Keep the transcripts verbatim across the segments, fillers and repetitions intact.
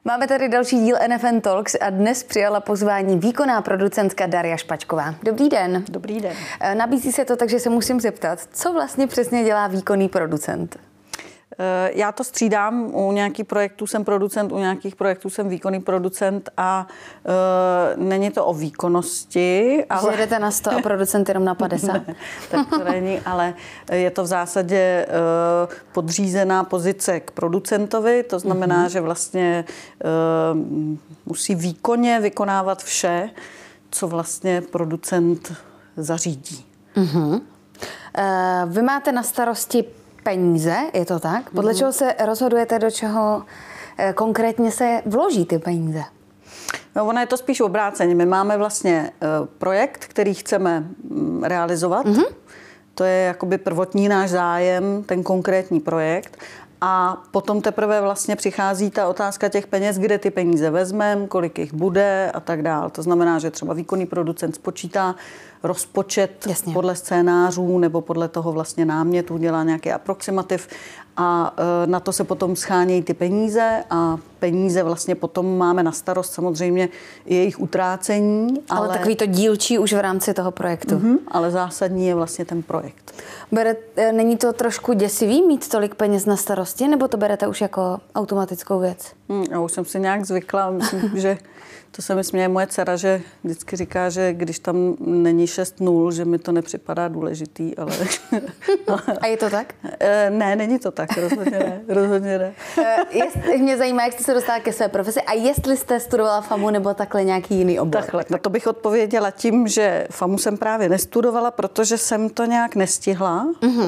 Máme tady další díl N F N Talks a dnes přijala pozvání výkonná producentka Daria Špačková. Dobrý den. Dobrý den. Nabízí se to, takže se musím zeptat, co vlastně přesně dělá výkonný producent? Já to střídám, u nějakých projektů jsem producent, u nějakých projektů jsem výkonný producent a uh, není to o výkonnosti. Ale... Že jdete na sto a producent jenom na padesát? Ne, tak to není, ale je to v zásadě uh, podřízená pozice k producentovi, to znamená, mm-hmm. že vlastně uh, musí výkonně vykonávat vše, co vlastně producent zařídí. Mm-hmm. Uh, vy máte na starosti peníze, je to tak? Podle mm. čeho se rozhodujete, do čeho konkrétně se vloží ty peníze? No, ono je to spíš obráceně. My máme vlastně projekt, který chceme realizovat. Mm-hmm. To je jakoby prvotní náš zájem, ten konkrétní projekt. A potom teprve vlastně přichází ta otázka těch peněz, kde ty peníze vezmeme, kolik jich bude a tak dál. To znamená, že třeba výkonný producent spočítá rozpočet Jasně. podle scénářů nebo podle toho vlastně námětu, dělá nějaký aproximativ a na to se potom schánějí ty peníze a peníze vlastně potom máme na starost samozřejmě i jejich utrácení. Ale, ale takový to dílčí už v rámci toho projektu. Mm-hmm, ale zásadní je vlastně ten projekt. Bere, není to trošku děsivý mít tolik peněz na starosti, nebo to berete už jako automatickou věc? Hmm, já už jsem si nějak zvykla, myslím, že to se mi směje moje dcera, že vždycky říká, že když tam není šest nul, že mi to nepřipadá důležitý, ale... A je to tak? Ne, není to tak, rozhodně ne, rozhodně ne. Jest, mě zajímá, jak jste se dostala ke své profesi a jestli jste studovala FAMu nebo takhle nějaký jiný obor. Takhle, na to bych odpověděla tím, že FAMu jsem právě nestudovala, protože jsem to nějak nestihla. Mm-hmm.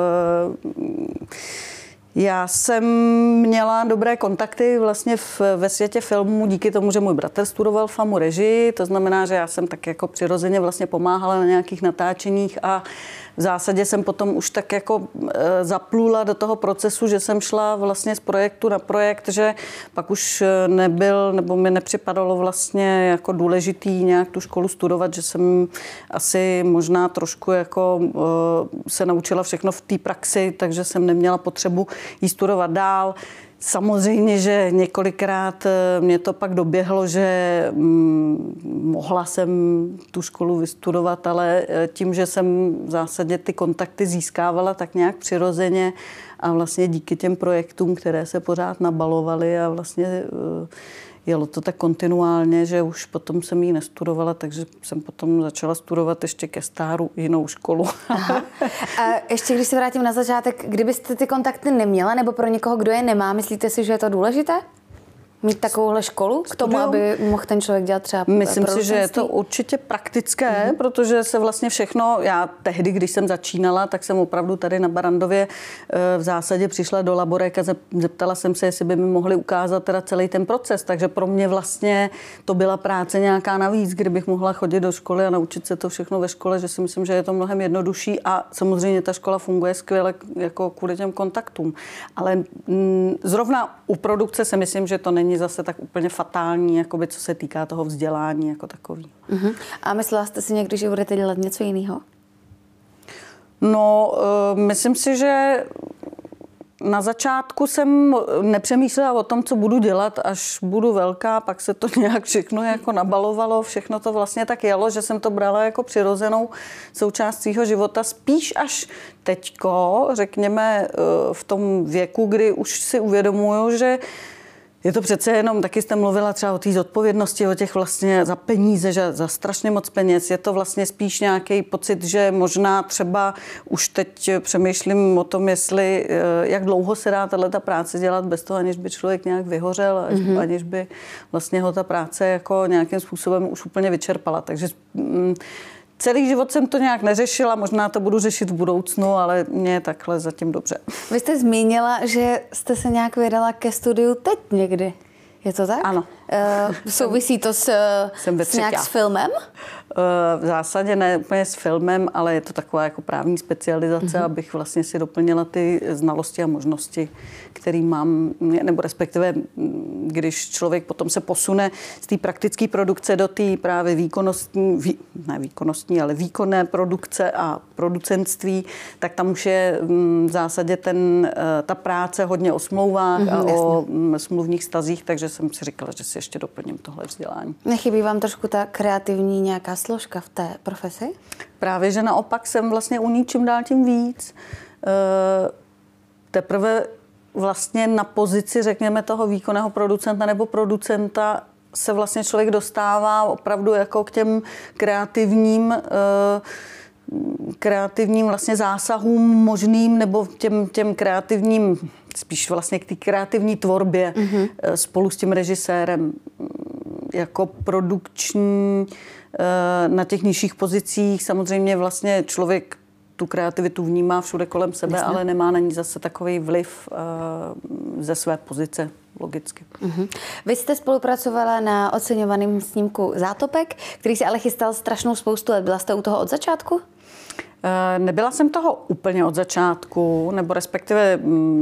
Uh, Já jsem měla dobré kontakty vlastně v, ve světě filmu díky tomu, že můj bratr studoval FAMu režii, to znamená, že já jsem tak jako přirozeně vlastně pomáhala na nějakých natáčeních a v zásadě jsem potom už tak jako e, zaplula do toho procesu, že jsem šla vlastně z projektu na projekt, že pak už nebyl, nebo mi nepřipadalo vlastně jako důležitý nějak tu školu studovat, že jsem asi možná trošku jako e, se naučila všechno v té praxi, takže jsem neměla potřebu jí studovat dál. Samozřejmě, že několikrát mě to pak doběhlo, že hm, mohla jsem tu školu vystudovat, ale tím, že jsem v zásadě ty kontakty získávala tak nějak přirozeně a vlastně díky těm projektům, které se pořád nabalovaly a vlastně jelo to tak kontinuálně, že už potom jsem ji nestudovala, takže jsem potom začala studovat ještě ke stáru jinou školu. Aha. A ještě když se vrátím na začátek, kdybyste ty kontakty neměla, nebo pro někoho, kdo je nemá, myslíte si, že je to důležité? Mít takovouhle školu k tomu, aby mohl ten člověk dělat třeba Myslím si, že je to určitě praktické, mm-hmm. protože se vlastně všechno, já tehdy, když jsem začínala, tak jsem opravdu tady na Barrandově v zásadě přišla do laborek a zeptala jsem se, jestli by mi mohli ukázat teda celý ten proces, takže pro mě vlastně to byla práce nějaká navíc, kdybych mohla chodit do školy a naučit se to všechno ve škole, že si myslím, že je to mnohem jednodušší a samozřejmě ta škola funguje skvěle jako kvůli těm kontaktům. Ale mm, zrovna u produkce si myslím, že to není zase tak úplně fatální, jakoby, co se týká toho vzdělání jako takový. Uh-huh. A myslela jste si někdy, že budete dělat něco jiného? No, uh, myslím si, že na začátku jsem nepřemýšlela o tom, co budu dělat, až budu velká, pak se to nějak všechno jako nabalovalo, všechno to vlastně tak jelo, že jsem to brala jako přirozenou součást svého života, spíš až teďko, řekněme, v tom věku, kdy už si uvědomuju, že je to přece jenom, taky jste mluvila třeba o té zodpovědnosti, o těch vlastně za peníze, že za strašně moc peněz. Je to vlastně spíš nějaký pocit, že možná třeba už teď přemýšlím o tom, jestli, jak dlouho se dá tato práce dělat bez toho, aniž by člověk nějak vyhořel, mm-hmm. aniž by vlastně ho ta práce jako nějakým způsobem už úplně vyčerpala. Takže mm, celý život jsem to nějak neřešila, možná to budu řešit v budoucnu, ale mě je takhle zatím dobře. Vy jste zmínila, že jste se nějak vydala ke studiu teď někdy. Je to tak? Ano. Uh, souvisí to s, s nějak s filmem? V zásadě ne úplně s filmem, ale je to taková jako právní specializace, mm-hmm. abych vlastně si doplnila ty znalosti a možnosti, které mám, nebo respektive, když člověk potom se posune z té praktické produkce do té právě výkonnostní, vý, ne výkonnostní, ale výkonné produkce a producentství, tak tam už je v zásadě ten, ta práce hodně o smlouvách mm-hmm, a jasně. o smluvních vztazích, takže jsem si říkala, že si ještě doplním tohle vzdělání. Nechybí vám trošku ta kreativní nějaká složka v té profesi? Právě, že naopak jsem vlastně u ní čím dál tím víc. E, teprve vlastně na pozici, řekněme, toho výkonného producenta nebo producenta se vlastně člověk dostává opravdu jako k těm kreativním e, kreativním vlastně zásahům možným nebo těm, těm kreativním, spíš vlastně k té kreativní tvorbě mm-hmm. spolu s tím režisérem jako produkční na těch nižších pozicích. Samozřejmě vlastně člověk tu kreativitu vnímá všude kolem sebe, Jasně. ale nemá na ní zase takový vliv ze své pozice. Logicky. Mm-hmm. Vy jste spolupracovala na oceňovaném snímku Zátopek, který si ale chystal strašnou spoustu let. Byla jste u toho od začátku? Nebyla jsem toho úplně od začátku, nebo respektive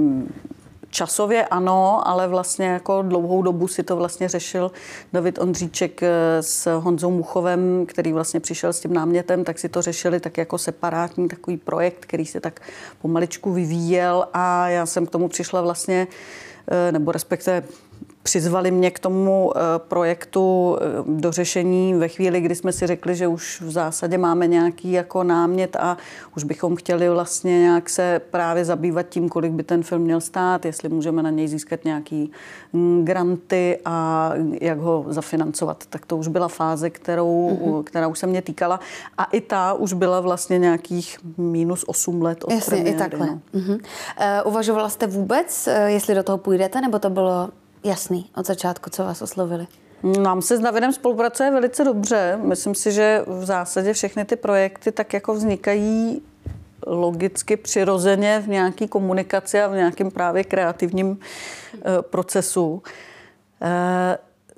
časově ano, ale vlastně jako dlouhou dobu si to vlastně řešil David Ondříček s Honzou Muchovem, který vlastně přišel s tím námětem, tak si to řešili tak jako separátní takový projekt, který se tak pomaličku vyvíjel a já jsem k tomu přišla vlastně, nebo respektive přizvali mě k tomu projektu do řešení ve chvíli, kdy jsme si řekli, že už v zásadě máme nějaký jako námět a už bychom chtěli vlastně nějak se právě zabývat tím, kolik by ten film měl stát, jestli můžeme na něj získat nějaký granty a jak ho zafinancovat. Tak to už byla fáze, kterou, mm-hmm. která už se mě týkala a i ta už byla vlastně nějakých minus osm let od Jasně, premiéry. I takhle. No. Mm-hmm. Uh, uvažovala jste vůbec, jestli do toho půjdete, nebo to bylo jasný od začátku, co vás oslovili? Nám se s Davidem spolupracuje velice dobře. Myslím si, že v zásadě všechny ty projekty tak jako vznikají logicky, přirozeně v nějaké komunikaci a v nějakém právě kreativním e, procesu. E,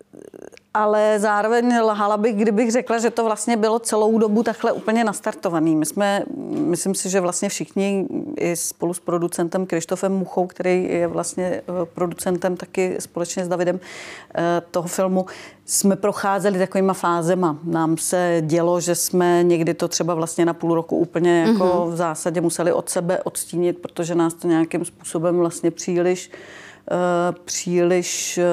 ale zároveň lhala bych, kdybych řekla, že to vlastně bylo celou dobu takhle úplně nastartovaný. My jsme, myslím si, že vlastně všichni i spolu s producentem Krištofem Muchou, který je vlastně producentem taky společně s Davidem toho filmu, jsme procházeli takovýma fázema. Nám se dělo, že jsme někdy to třeba vlastně na půl roku úplně jako mm-hmm. v zásadě museli od sebe odstínit, protože nás to nějakým způsobem vlastně příliš příliš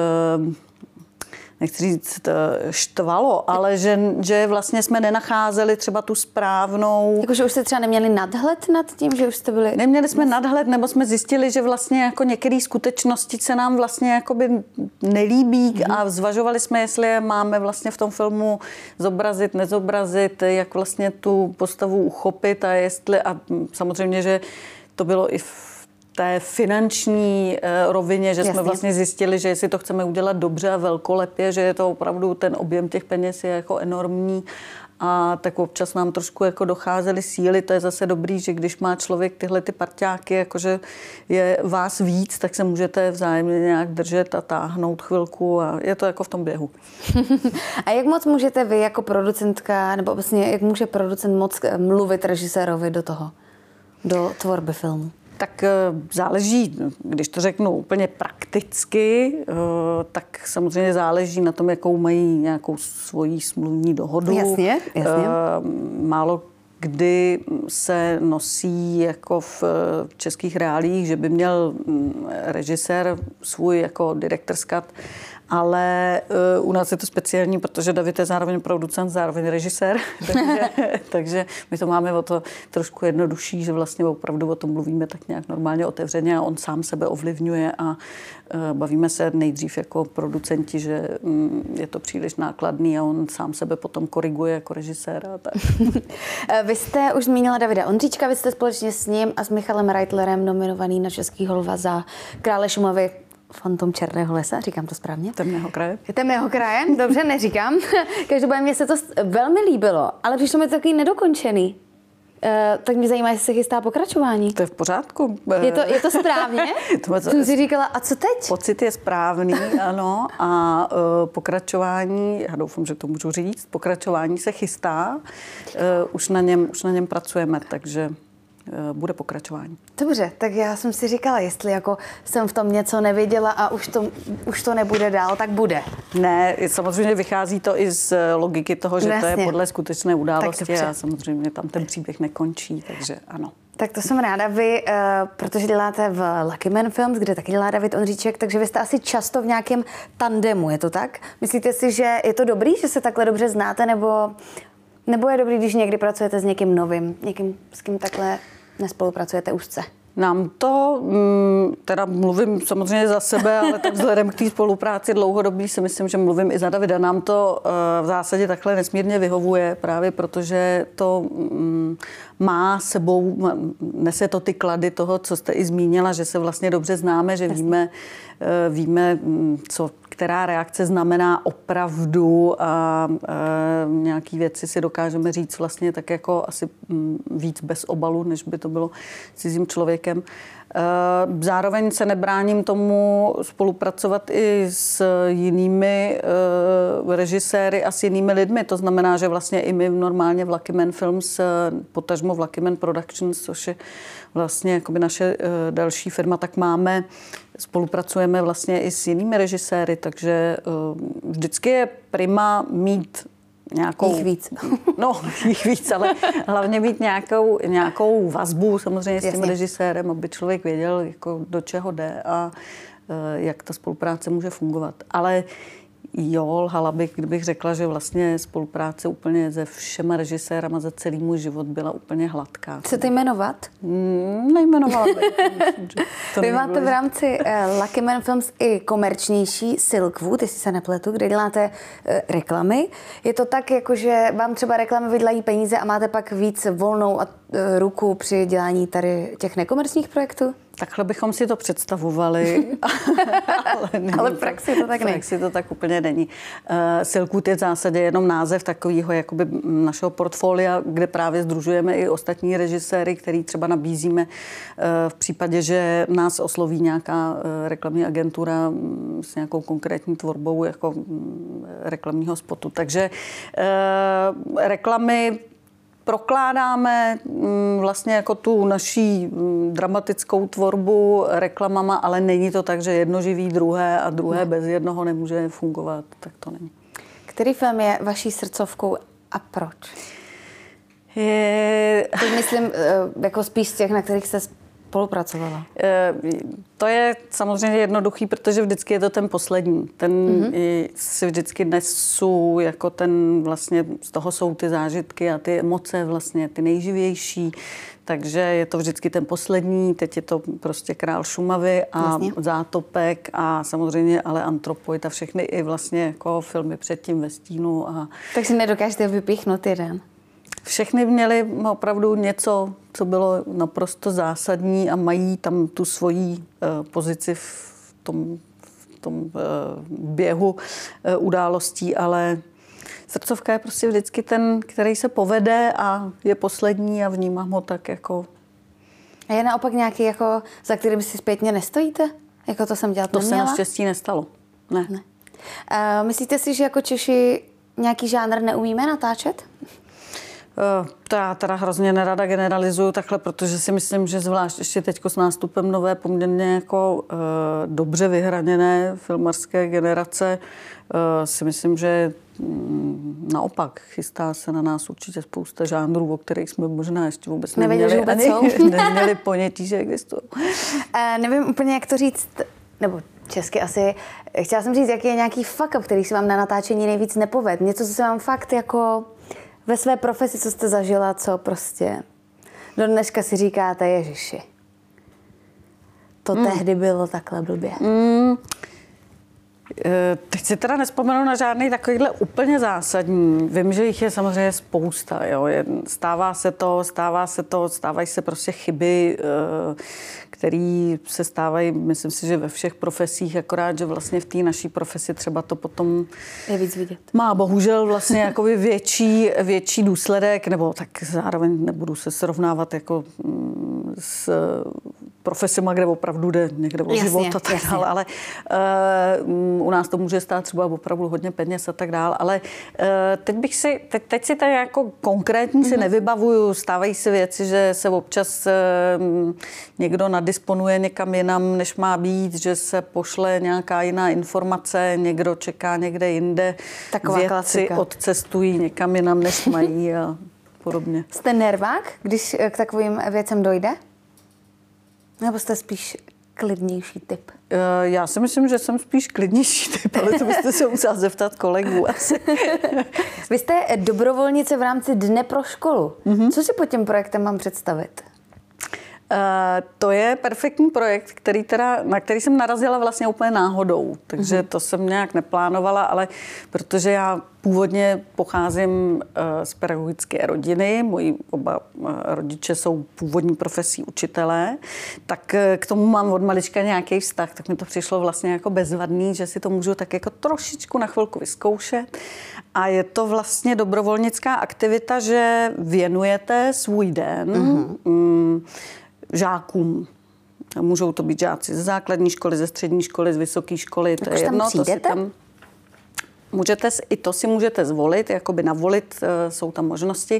nechci říct štvalo, ale že, že vlastně jsme nenacházeli třeba tu správnou... Jakože už jste třeba neměli nadhled nad tím, že už jste byli... Neměli jsme nadhled, nebo jsme zjistili, že vlastně jako některé skutečnosti se nám vlastně jakoby nelíbí mm-hmm. a zvažovali jsme, jestli je máme vlastně v tom filmu zobrazit, nezobrazit, jak vlastně tu postavu uchopit a jestli... A samozřejmě, že to bylo i v té finanční rovině, že Jasně. jsme vlastně zjistili, že jestli to chceme udělat dobře a velkolepě, že je to opravdu ten objem těch peněz je jako enormní a tak občas nám trošku jako docházely síly. To je zase dobrý, že když má člověk tyhle ty parťáky, jakože je vás víc, tak se můžete vzájemně nějak držet a táhnout chvilku a je to jako v tom běhu. A jak moc můžete vy jako producentka, nebo vlastně jak může producent moc mluvit režisérovi do toho, do tvorby filmu? Tak záleží, když to řeknu úplně prakticky, tak samozřejmě záleží na tom, jakou mají nějakou svoji smluvní dohodu. Jasně, jasně. Málo kdy se nosí jako v českých reálích, že by měl režisér svůj jako director's cut, ale uh, u nás je to speciální, protože David je zároveň producent, zároveň režisér, takže, takže my to máme o to trošku jednodušší, že vlastně opravdu o tom mluvíme tak nějak normálně otevřeně a on sám sebe ovlivňuje a uh, bavíme se nejdřív jako producenti, že um, je to příliš nákladný a on sám sebe potom koriguje jako režisér. A tak. Vy jste už zmínila Davida Ondříčka, vy jste společně s ním a s Michalem Reitlerem nominovaný na Českýho lva za Krále Šumavy. Fantom Černého lesa, říkám to správně? Temného kraje. Temného kraje, dobře, neříkám. Každopádně mně se to velmi líbilo, ale přišlo mi to takový nedokončený. tak mě zajímá, jestli se chystá pokračování. To je v pořádku. Je to, je to správně? to jsem si říkala, a co teď? Pocit je správný, ano. A uh, pokračování, já doufám, že to můžu říct, pokračování se chystá. Uh, už, na něm, už na něm pracujeme, takže bude pokračování. Dobře, tak já jsem si říkala, jestli jako jsem v tom něco neviděla a už to, už to nebude dál, tak bude. Ne, samozřejmě vychází to i z logiky toho, že Jasně. to je podle skutečné události a samozřejmě tam ten příběh nekončí, takže ano. Tak to jsem ráda. Vy, uh, protože děláte v Lucky Man Films, kde taky dělá David Ondříček, takže vy jste asi často v nějakém tandemu, je to tak? Myslíte si, že je to dobrý, že se takhle dobře znáte, nebo, nebo je dobrý, když někdy pracujete s někým novým, někým, s kým takhle nespolupracujete úzce? Nám to, teda mluvím samozřejmě za sebe, ale tak vzhledem k té spolupráci dlouhodobí si myslím, že mluvím i za Davida. Nám to v zásadě takhle nesmírně vyhovuje, právě protože to má sebou, nese to ty klady toho, co jste i zmínila, že se vlastně dobře známe, že víme, víme, co která reakce znamená opravdu a, a nějaký věci si dokážeme říct vlastně tak jako asi víc bez obalu, než by to bylo cizím člověkem. Zároveň se nebráním tomu spolupracovat i s jinými režiséry a s jinými lidmi. To znamená, že vlastně i my normálně v Lucky Man Films, potažmo v Lucky Man Productions, což je vlastně jakoby naše další firma, tak máme, spolupracujeme vlastně i s jinými režiséry, takže vždycky je prima mít nějakou... Jich víc. No, jich víc, ale hlavně mít nějakou, nějakou vazbu samozřejmě s tím Jasně. režisérem, aby člověk věděl, jako do čeho jde a jak ta spolupráce může fungovat. Ale jo, lhala bych, kdybych řekla, že vlastně spolupráce úplně se všema režisérama za celý můj život byla úplně hladká. Chcete jmenovat? Mm, nejmenovala bych. Vy máte v rámci uh, Lucky Man Films i komerčnější Silkwood, jestli se nepletu, kde děláte uh, reklamy. Je to tak, jako že vám třeba reklamy vydělají peníze a máte pak víc volnou uh, ruku při dělání tady těch nekomerčních projektů? Takhle bychom si to představovali, ale, ale v praxi to tak není. V praxi to tak úplně není. Uh, Silkwood je v zásadě jenom název takového jakoby našeho portfolia, kde právě sdružujeme i ostatní režiséry, který třeba nabízíme uh, v případě, že nás osloví nějaká uh, reklamní agentura um, s nějakou konkrétní tvorbou jako um, reklamního spotu. Takže uh, reklamy prokládáme vlastně jako tu naší dramatickou tvorbu reklamama, ale není to tak, že jedno živí druhé a druhé ne. bez jednoho nemůže fungovat. Tak to není. Který film je vaší srdcovkou a proč? Je... Teď myslím jako spíš z těch, na kterých jste spolupracovala. To je samozřejmě jednoduchý, protože vždycky je to ten poslední. Ten mm-hmm. si vždycky nesu, jako ten vlastně, z toho jsou ty zážitky a ty emoce vlastně, ty nejživější. Takže je to vždycky ten poslední, teď je to prostě Král Šumavy a Jasně. Zátopek a samozřejmě ale Antropoid a všechny i vlastně jako filmy předtím Ve stínu. A... Tak si nedokážete vypíchnout jeden? Všechny měly opravdu něco, co bylo naprosto zásadní a mají tam tu svoji uh, pozici v tom, v tom uh, běhu uh, událostí, ale srdcovka je prostě vždycky ten, který se povede a je poslední a vnímám ho tak jako... A je naopak nějaký, jako, za kterým si zpětně nestojíte? Jako to jsem dělat to neměla? To se naštěstí nestalo. Ne. ne. Uh, myslíte si, že jako Češi nějaký žánr neumíme natáčet? To já teda hrozně nerada generalizuju takhle, protože si myslím, že zvlášť ještě teď s nástupem nové poměrně jako uh, dobře vyhraněné filmarské generace uh, si myslím, že um, naopak chystá se na nás určitě spousta žánrů, o kterých jsme možná ještě vůbec neměli, vůbec ani neměli ponětí, že existují. Uh, nevím úplně, jak to říct, nebo česky asi. Chtěla jsem říct, jaký je nějaký fuck up, který se vám na natáčení nejvíc nepoved. Něco, co se vám fakt jako... Ve své profesi, co jste zažila, co prostě do dneška si říkáte, ježiši, to mm. tehdy bylo takhle blbě. Mm. Teď si teda nespomenu na žádný takovýhle úplně zásadní. Vím, že jich je samozřejmě spousta. Jo. Stává se to, stává se to, stávají se prostě chyby, který se stávají, myslím si, že ve všech profesích, akorát, že vlastně v té naší profesi třeba to potom je víc vidět. Má bohužel vlastně jakoby větší, větší důsledek, nebo tak zároveň nebudu se srovnávat jako s profesima, kde opravdu jde někde o jasně, život a tak jasně. dále, ale uh, u nás to může stát třeba opravdu hodně peněz a tak dále, ale uh, teď bych si, teď, teď si tady jako konkrétní mm-hmm. si nevybavuju, stávají se věci, že se občas uh, někdo nadisponuje někam jinam, než má být, že se pošle nějaká jiná informace, někdo čeká někde jinde, taková vědci klasika. Odcestují někam jinam, než mají a podobně. Jste nervák, když k takovým věcem dojde? Nebo jste spíš klidnější typ? Já si myslím, že jsem spíš klidnější typ, ale to byste se musela zeptat kolegů asi. Vy jste dobrovolnice v rámci Dne pro školu. Mm-hmm. Co si pod tím projektem mám představit? Uh, to je perfektní projekt, který teda, na který jsem narazila vlastně úplně náhodou. Takže mm-hmm. to jsem nějak neplánovala, ale protože já původně pocházím uh, z pedagogické rodiny, moji oba uh, rodiče jsou původní profesí učitelé, tak uh, k tomu mám od malička nějaký vztah, tak mi to přišlo vlastně jako bezvadný, že si to můžu tak jako trošičku na chvilku vyzkoušet. A je to vlastně dobrovolnická aktivita, že věnujete svůj den mm-hmm. um, žákům. Můžou to být žáci ze základní školy, ze střední školy, z vysoké školy. To je jedno, to si tam... Můžete, i to si můžete zvolit, jakoby navolit, jsou tam možnosti.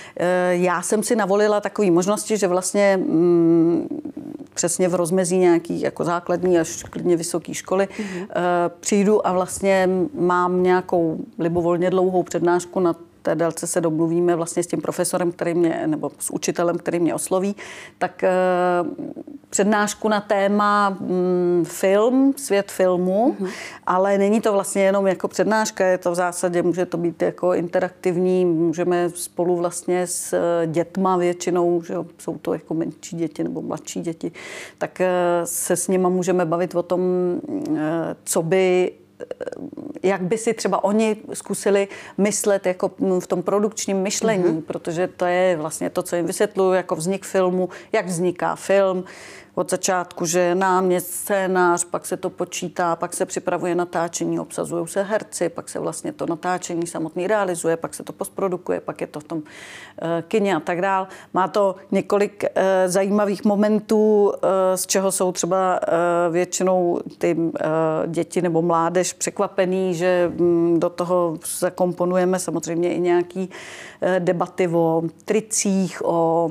Já jsem si navolila takové možnosti, že vlastně mm, přesně v rozmezí nějaký jako základní až klidně vysoké školy mm-hmm. přijdu a vlastně mám nějakou libovolně dlouhou přednášku na té délce se domluvíme vlastně s tím profesorem, který mě, nebo s učitelem, který mě osloví, tak e, přednášku na téma mm, film, svět filmu, mm-hmm. ale není to vlastně jenom jako přednáška, je to v zásadě, může to být jako interaktivní, můžeme spolu vlastně s dětma většinou, že jsou to jako menší děti nebo mladší děti, tak e, se s nima můžeme bavit o tom, e, co by jak by si třeba oni zkusili myslet jako v tom produkčním myšlení, mm-hmm. protože to je vlastně to, co jim vysvětluju, jako vznik filmu, jak vzniká film, od začátku, že je námět, scénář, pak se to počítá, pak se připravuje natáčení, obsazují se herci, pak se vlastně to natáčení samotný realizuje, pak se to postprodukuje, pak je to v tom uh, kině a tak dál. Má to několik uh, zajímavých momentů, uh, z čeho jsou třeba uh, většinou ty uh, děti nebo mládež překvapený, že um, do toho zakomponujeme samozřejmě i nějaký uh, debaty o tricích, o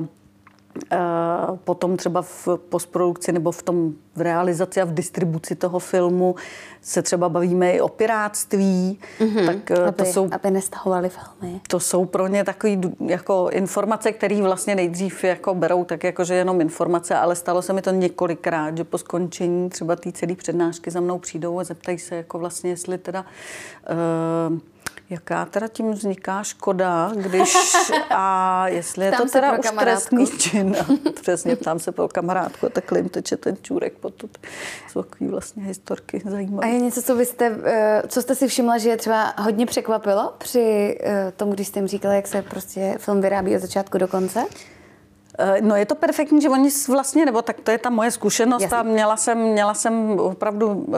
potom třeba v postprodukci nebo v tom v realizaci a v distribuci toho filmu se třeba bavíme i o pirátství. Mm-hmm. Tak aby, to jsou, aby nestahovali filmy. To jsou pro ně takové jako informace, které vlastně nejdřív jako berou tak jako, že jenom informace, ale stalo se mi to několikrát, že po skončení třeba té celé přednášky za mnou přijdou a zeptají se jako vlastně, jestli teda uh, jaká teda tím vzniká škoda, když a jestli je ptám to teda už kamarádku. trestný čin. Přesně, ptám se pro kamarádku a takhle jim teče ten čůrek potud. Jsou takový vlastně historky zajímavé. A je něco, co, vy jste, co jste si všimla, že je třeba hodně překvapilo při tom, když jste jim říkali, jak se prostě film vyrábí od začátku do konce? No je to perfektní, že oni vlastně, nebo tak to je ta moje zkušenost. Jasně. A měla jsem, měla jsem opravdu uh,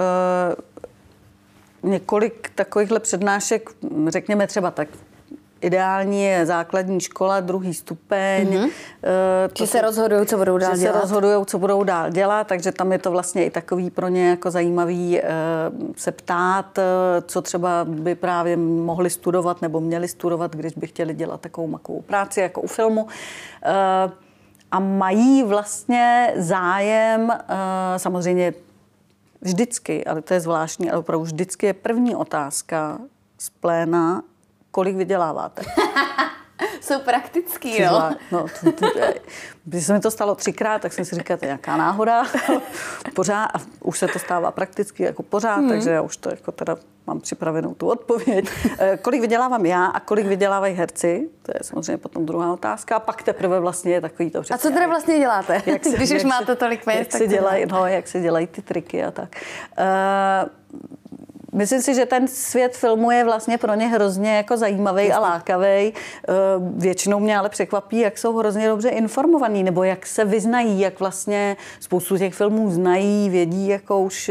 několik takovýchhle přednášek, řekněme třeba tak, ideální je základní škola, druhý stupeň. Mm-hmm. To že se rozhodují, co budou dál že dělat. se rozhodují, co budou dál dělat, takže tam je to vlastně i takový pro ně jako zajímavý se ptát, co třeba by právě mohli studovat nebo měli studovat, když by chtěli dělat takovou makovou práci jako u filmu. A mají vlastně zájem, samozřejmě vždycky, ale to je zvláštní, ale opravdu vždycky je první otázka z pléna, kolik vyděláváte. Jsou praktický, jo? No, to, to, to, když se mi to stalo třikrát, tak jsem si říkala, to je nějaká náhoda. Pořád, a už se to stává prakticky jako pořád, hmm. takže já už to jako teda mám připravenou tu odpověď. Kolik vydělávám já a kolik vydělávají herci, to je samozřejmě potom druhá otázka. A pak teprve vlastně je takový to přesně. A co teda vlastně děláte, jak se, když už máte se, tolik peněz? Jak, se dělají, no, jak se dělají ty triky a tak. Uh, Myslím si, že ten svět filmu je vlastně pro ně hrozně jako zajímavý a lákavý. Většinou mě ale překvapí, jak jsou hrozně dobře informovaní, nebo jak se vyznají, jak vlastně spoustu těch filmů znají, vědí, jako už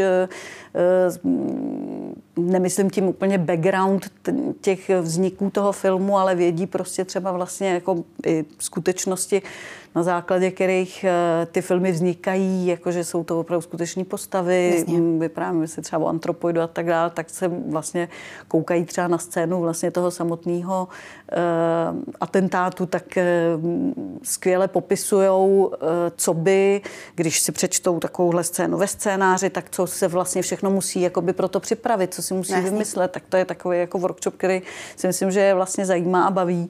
nemyslím tím úplně background těch vzniků toho filmu, ale vědí prostě třeba vlastně jako i skutečnosti, na základě kterých ty filmy vznikají, jakože jsou to opravdu skuteční postavy, vyprávěme si třeba o antropoidu a tak dále, tak se vlastně koukají třeba na scénu vlastně toho samotného uh, atentátu, tak uh, skvěle popisujou, uh, co by, když si přečtou takovouhle scénu ve scénáři, tak co se vlastně všechno musí jakoby pro to připravit, co si musí Jasně. vymyslet, tak to je takový jako workshop, který si myslím, že je vlastně zajímá a baví.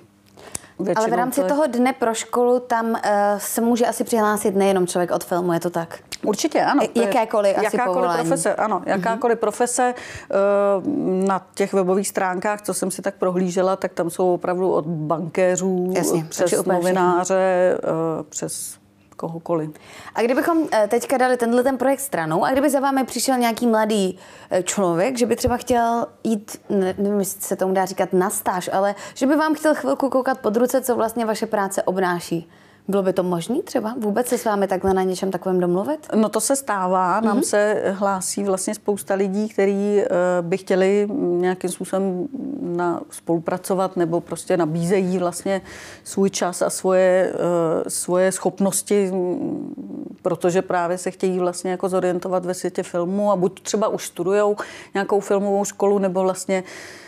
Většinou ale v rámci to je... toho dne pro školu tam uh, se může asi přihlásit nejenom člověk od filmu, je to tak? Určitě, ano. Jakékoliv asi jakákoliv povolání. profese, ano. Jakákoliv mm-hmm. profese uh, na těch webových stránkách, co jsem si tak prohlížela, tak tam jsou opravdu od bankéřů, Jasně, přes novináře, uh, přes kohokoliv. A kdybychom teďka dali tenhle ten projekt stranou a kdyby za vámi přišel nějaký mladý člověk, že by třeba chtěl jít, nevím, jestli se tomu dá říkat na stáž, ale že by vám chtěl chvilku koukat pod ruce, co vlastně vaše práce obnáší. Bylo by to možné třeba vůbec se s vámi takhle na něčem takovém domluvit? No to se stává. Nám mm-hmm. se hlásí vlastně spousta lidí, kteří by chtěli nějakým způsobem na, spolupracovat nebo prostě nabízejí vlastně svůj čas a svoje, svoje schopnosti, protože právě se chtějí vlastně jako zorientovat ve světě filmu a buď třeba už studujou nějakou filmovou školu nebo vlastně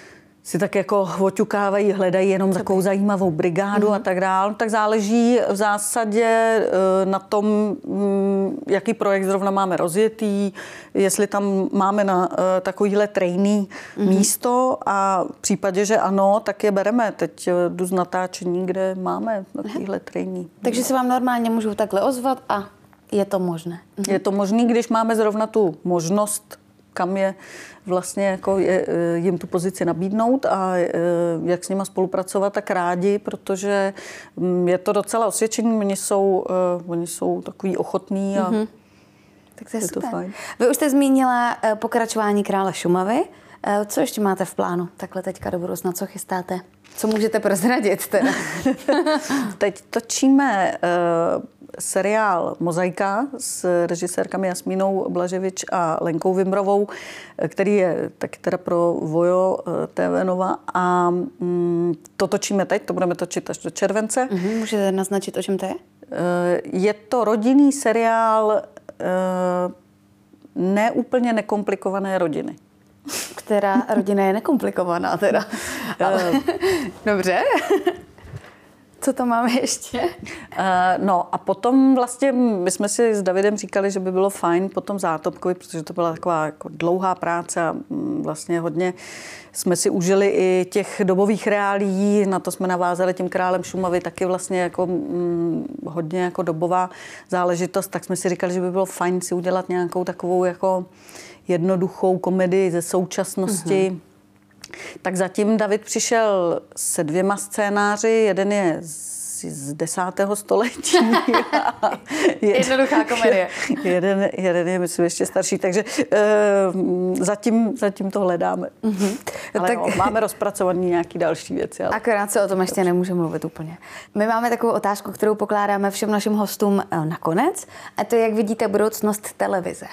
si tak jako oťukávají, hledají jenom takovou zajímavou brigádu mm. a tak dál. Tak záleží v zásadě na tom, jaký projekt zrovna máme rozjetý, jestli tam máme na takovýhle trainee mm. místo a v případě, že ano, tak je bereme. Teď jdu z natáčení, kde máme takovýhle trainee. Takže se vám normálně můžu takhle ozvat a je to možné. Mm. Je to možné, když máme zrovna tu možnost, kam je vlastně jako je, jim tu pozici nabídnout a jak s nima spolupracovat, tak rádi, protože je to docela osvědčení, oni jsou, oni jsou takový ochotní a mm-hmm. tak to je, je super. To fajn. Vy už jste zmínila pokračování Krále Šumavy. Co ještě máte v plánu? Takhle teďka do budoucna, co chystáte? Co můžete prozradit teda? Teď točíme uh, seriál Mozaika s režisérkami Jasmínou Blaževič a Lenkou Vimrovou, který je taky teda pro Vojo T V Nova a um, to točíme teď, to budeme točit až do července. Uh-huh, můžete naznačit, o čem to je? Uh, je to rodinný seriál uh, neúplně nekomplikované rodiny. Která rodina je nekomplikovaná teda. Ale... Dobře. Co tam máme ještě? Uh, no a potom vlastně my jsme si s Davidem říkali, že by bylo fajn potom Zátopkovi, protože to byla taková jako dlouhá práce a vlastně hodně jsme si užili i těch dobových reálií, na to jsme navázali tím Králem Šumavy, taky vlastně jako hm, hodně jako dobová záležitost, tak jsme si říkali, že by bylo fajn si udělat nějakou takovou jako jednoduchou komedii ze současnosti. Mm-hmm. Tak zatím David přišel se dvěma scénáři. Jeden je z, z desátého století. jeden, Jednoduchá komedie. Jeden, jeden je, myslím, ještě starší. Takže uh, zatím, zatím to hledáme. Mm-hmm. Ale tak... no, máme rozpracovaný nějaký další věci. Ale... Akorát se o tom ještě nemůžeme mluvit úplně. My máme takovou otázku, kterou pokládáme všem našim hostům nakonec. A to je, jak vidíte budoucnost televize.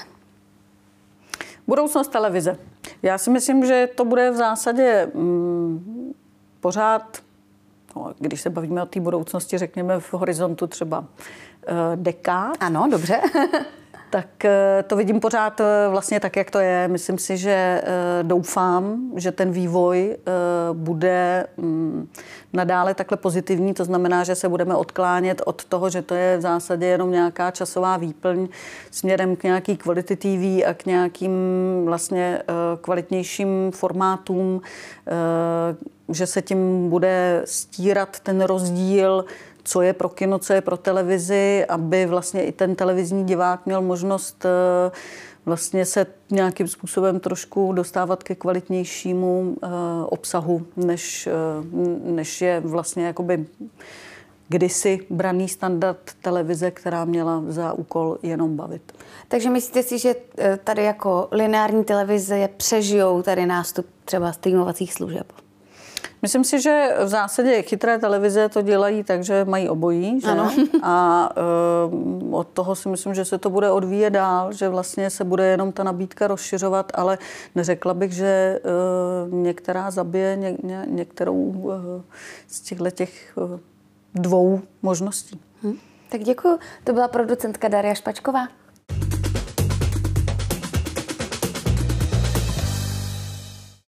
Budoucnost televize. Já si myslím, že to bude v zásadě mm, pořád, no, když se bavíme o té budoucnosti, řekněme v horizontu třeba eh, dekád. Ano, dobře. Tak eh, to vidím pořád eh, vlastně tak, jak to je. Myslím si, že eh, doufám, že ten vývoj eh, bude mm, nadále takhle pozitivní. To znamená, že se budeme odklánět od toho, že to je v zásadě jenom nějaká časová výplň směrem k nějaký kvality T V a k nějakým vlastně kvalitnějším formátům, že se tím bude stírat ten rozdíl, co je pro kino, co je pro televizi, aby vlastně i ten televizní divák měl možnost vlastně se nějakým způsobem trošku dostávat ke kvalitnějšímu uh, obsahu, než, uh, než je vlastně jakoby kdysi braný standard televize, která měla za úkol jenom bavit. Takže myslíte si, že tady jako lineární televize přežijou tady nástup třeba streamovacích služeb? Myslím si, že v zásadě chytré televize to dělají tak, že mají obojí. Že? Ano. A uh, od toho si myslím, že se to bude odvíjet dál, že vlastně se bude jenom ta nabídka rozšiřovat, ale neřekla bych, že uh, některá zabije ně, ně, některou uh, z těchto těch uh, dvou možností. Hm. Tak děkuju. To byla producentka Daria Špačková.